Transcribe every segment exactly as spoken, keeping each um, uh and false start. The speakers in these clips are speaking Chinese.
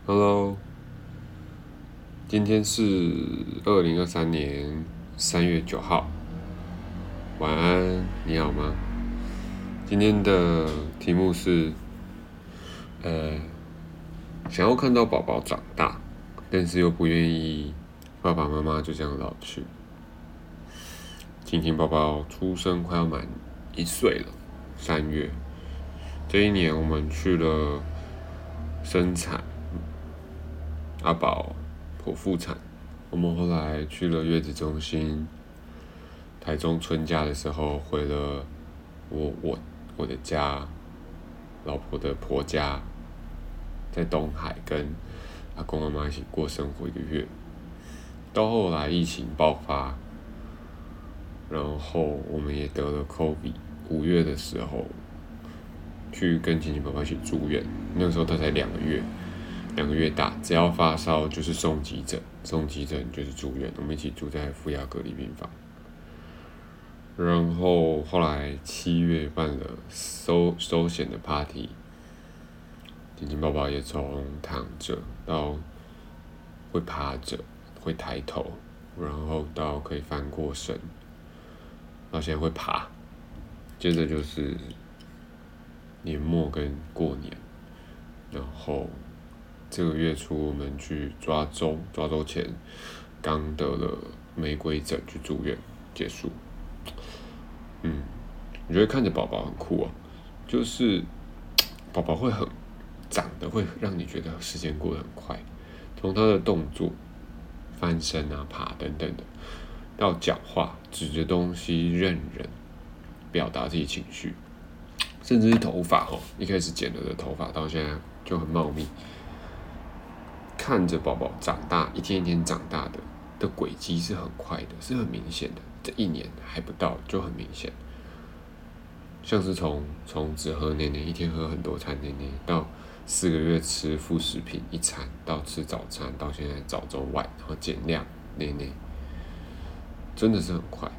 Hello，今天是二零二三年三月九号，晚安，你好吗？今天的题目是，呃，想要看到宝宝长大，但是又不愿意爸爸妈妈就这样老去。晴晴宝宝出生快要满一岁了，三月，这一年我们去了生产。阿宝剖腹产，我们后来去了月子中心。台中春假的时候回了我我我的家，老婆的婆家，在东海跟阿公阿妈一起过生活一个月。到后来疫情爆发，然后我们也得了 COVID。五月的时候去跟晴晴宝宝一起住院，那个时候他才两个月。两个月大，只要发烧就是送急诊，送急诊就是住院。我们一起住在负压隔离病房。然后后来七月办了收收险的 party， 晴晴宝宝也从躺着到会趴着，会抬头，然后到可以翻过身，到现在会爬。接着就是年末跟过年，然后。这个月初我们去抓周，抓周前刚得了玫瑰疹，去住院结束。嗯，我觉得看着宝宝很酷啊，就是宝宝会很长得会让你觉得时间过得很快，从他的动作、翻身啊、爬等等的，到讲话、指着东西认人、表达自己情绪，甚至是头发哦，一开始剪了的头发到现在就很茂密。看着宝宝长大，一天一天长大的的轨迹是很快的，是很明显的。这一年还不到就很明显，像是从从只喝奶奶，一天喝很多餐奶奶，到四个月吃副食品一餐，到吃早餐，到现在早中晚，然后减量奶奶，真的是很快。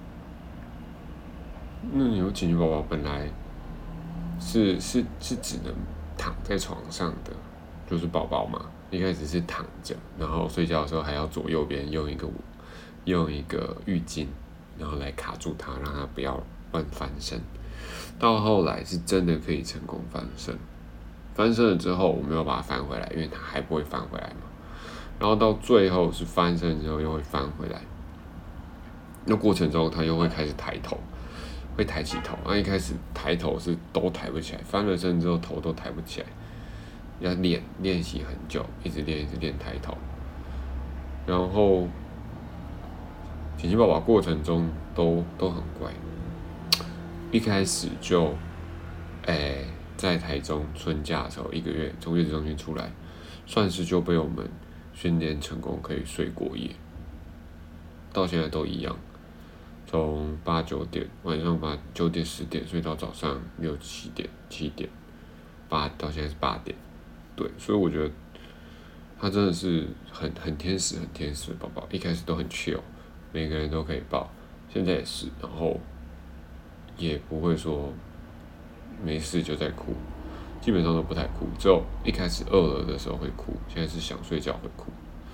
那你有情绪宝宝本来是是是只能躺在床上的，就是宝宝嘛。一开始是躺着，然后睡觉的时候还要左右边用一个用一个浴巾，然后来卡住它，让它不要乱翻身。到后来是真的可以成功翻身，翻身了之后我们要把它翻回来，因为它还不会翻回来嘛。然后到最后是翻身之后又会翻回来，那过程中它又会开始抬头，会抬起头。那一开始抬头是都抬不起来，翻了身之后头都抬不起来。要练练习很久，一直练一直练抬头，然后晴晴宝宝过程中都都很乖，一开始就，哎、欸，在台中春假的时候一个月从月子中心出来，算是就被我们训练成功，可以睡过夜，到现在都一样，从八九点晚上八九点十点睡到早上六七点七点，八到现在是八点。对，所以我觉得他真的是很很天使、很天使的宝宝。一开始都很 chill， 每个人都可以抱，现在也是，然后也不会说没事就在哭，基本上都不太哭，只有一开始饿了的时候会哭，现在是想睡觉会哭。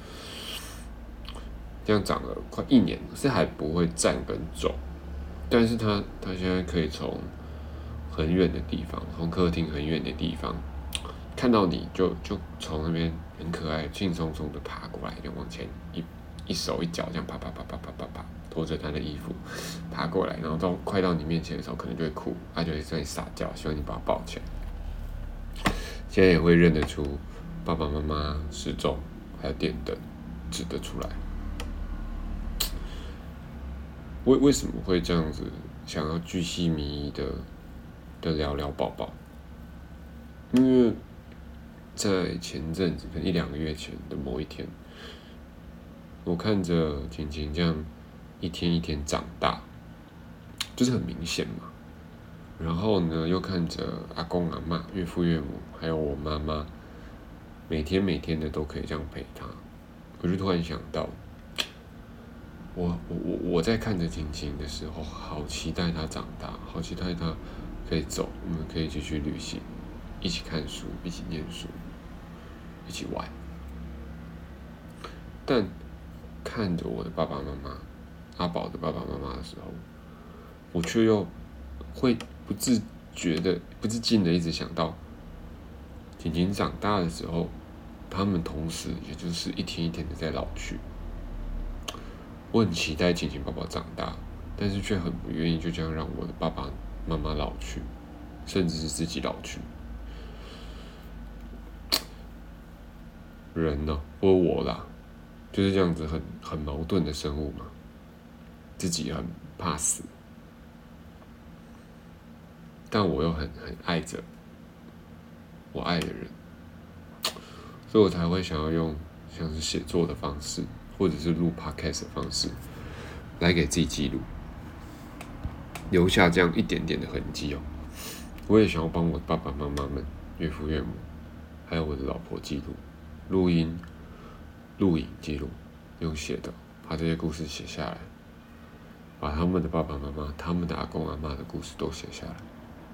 这样长了快一年，是还不会站跟走，但是他他现在可以从很远的地方，从客厅很远的地方。看到你就就从那边很可爱、轻松松的爬过来，就往前一一手一脚这样啪啪啪啪啪啪啪拖着他的衣服爬过来，然后到快到你面前的时候，可能就会哭，他就会在撒娇，希望你把他抱起来。现在也会认得出爸爸妈妈、时钟还有电灯，指得出来。为为什么会这样子想要巨细靡遗的的聊聊宝宝？因为在前阵子，可能一两个月前的某一天，我看着晴晴这样一天一天长大，就是很明显嘛。然后呢，又看着阿公阿嬷、岳父岳母，还有我妈妈，每天每天的都可以这样陪她，我就突然想到，我我我我在看着晴晴的时候，好期待她长大，好期待她可以走，我们可以继续旅行，一起看书，一起念书。 一起玩。但看着我的爸爸妈妈，阿宝的爸爸妈妈的时候，我却又会不自觉的、不自禁的一直想到，婷婷长大的时候，他们同时也就是一天一天的在老去。我很期待晴晴宝宝长大，但是却很不愿意就这样让我的爸爸妈妈老去，甚至是自己老去。人呢、喔，或我啦，就是这样子很很矛盾的生物嘛。自己很怕死，但我又很很爱着我爱的人，所以我才会想要用像是写作的方式，或者是录 podcast 的方式，来给自己记录，留下这样一点点的痕迹哦。我也想要帮我爸爸妈妈们、岳父岳母，还有我的老婆记录、录音、录影记录，用写的把这些故事写下来，把他们的爸爸妈妈、他们的阿公阿嬷的故事都写下来。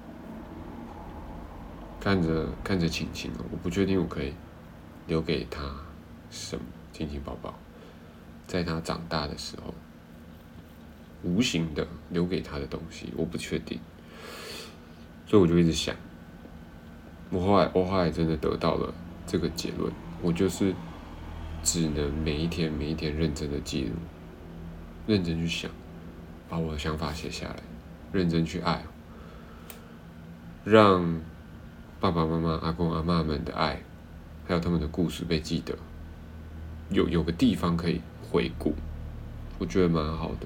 看着看着晴晴哦，我不确定我可以留给他什么。晴晴宝宝，在他长大的时候，无形的留给他的东西，我不确定。所以我就一直想，我后来我后来真的得到了这个结论，我就是只能每一天每一天认真的记录，认真去想，把我的想法写下来，认真去爱，让爸爸妈妈、阿公阿嬷们的爱，还有他们的故事被记得，有有个地方可以回顾，我觉得蛮好的。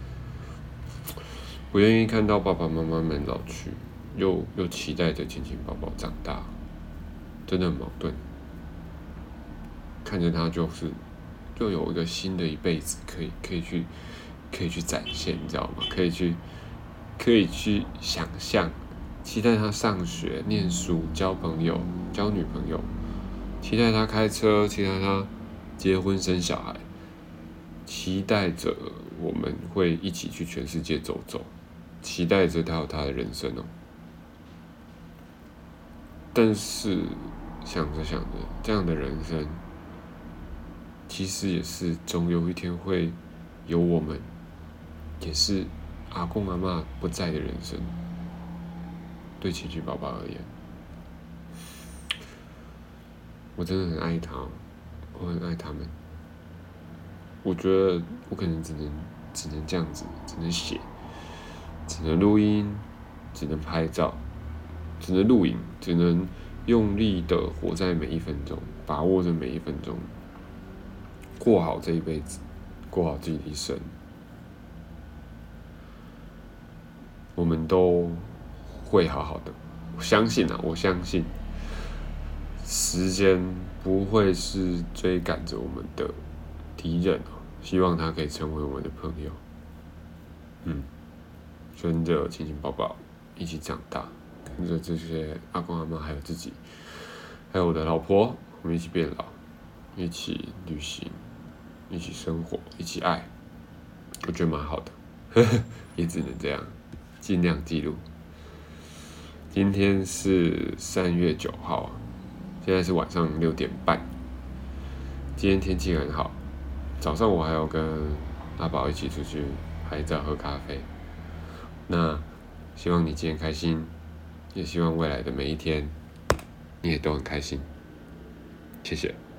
我愿意看到爸爸妈妈们老去，又又期待着晴晴宝宝长大，真的很矛盾。看着他就是又有一个新的一辈子可以可以去可以去展现，你知道吗？可以去可以去想象，期待他上学、念书、交朋友、交女朋友，期待他开车，期待他结婚生小孩，期待着我们会一起去全世界走走，期待着他有他的人生哦。但是想着想着，这样的人生，其实也是总有一天会有我们，也是阿公阿嬷不在的人生。对晴晴宝宝而言，我真的很爱他，我很爱他们。我觉得我可能只能只能这样子，只能写，只能录音，只能拍照，只能录影，只能用力的活在每一分钟，把握着每一分钟，过好这一辈子，过好自己的一生。我们都会好好的，我相信啊，我相信时间不会是追赶着我们的敌人哦。希望他可以成为我们的朋友。嗯，跟着晴晴宝宝一起长大，跟着这些阿公阿嬷，还有自己，还有我的老婆，我们一起变老，一起旅行，一起生活，一起爱，我觉得蛮好的。呵呵，也只能这样，尽量记录。今天是三月九号，现在是晚上六点半。今天天气很好，早上我还有跟阿宝一起出去拍照喝咖啡。那希望你今天开心，也希望未来的每一天你也都很开心。谢谢。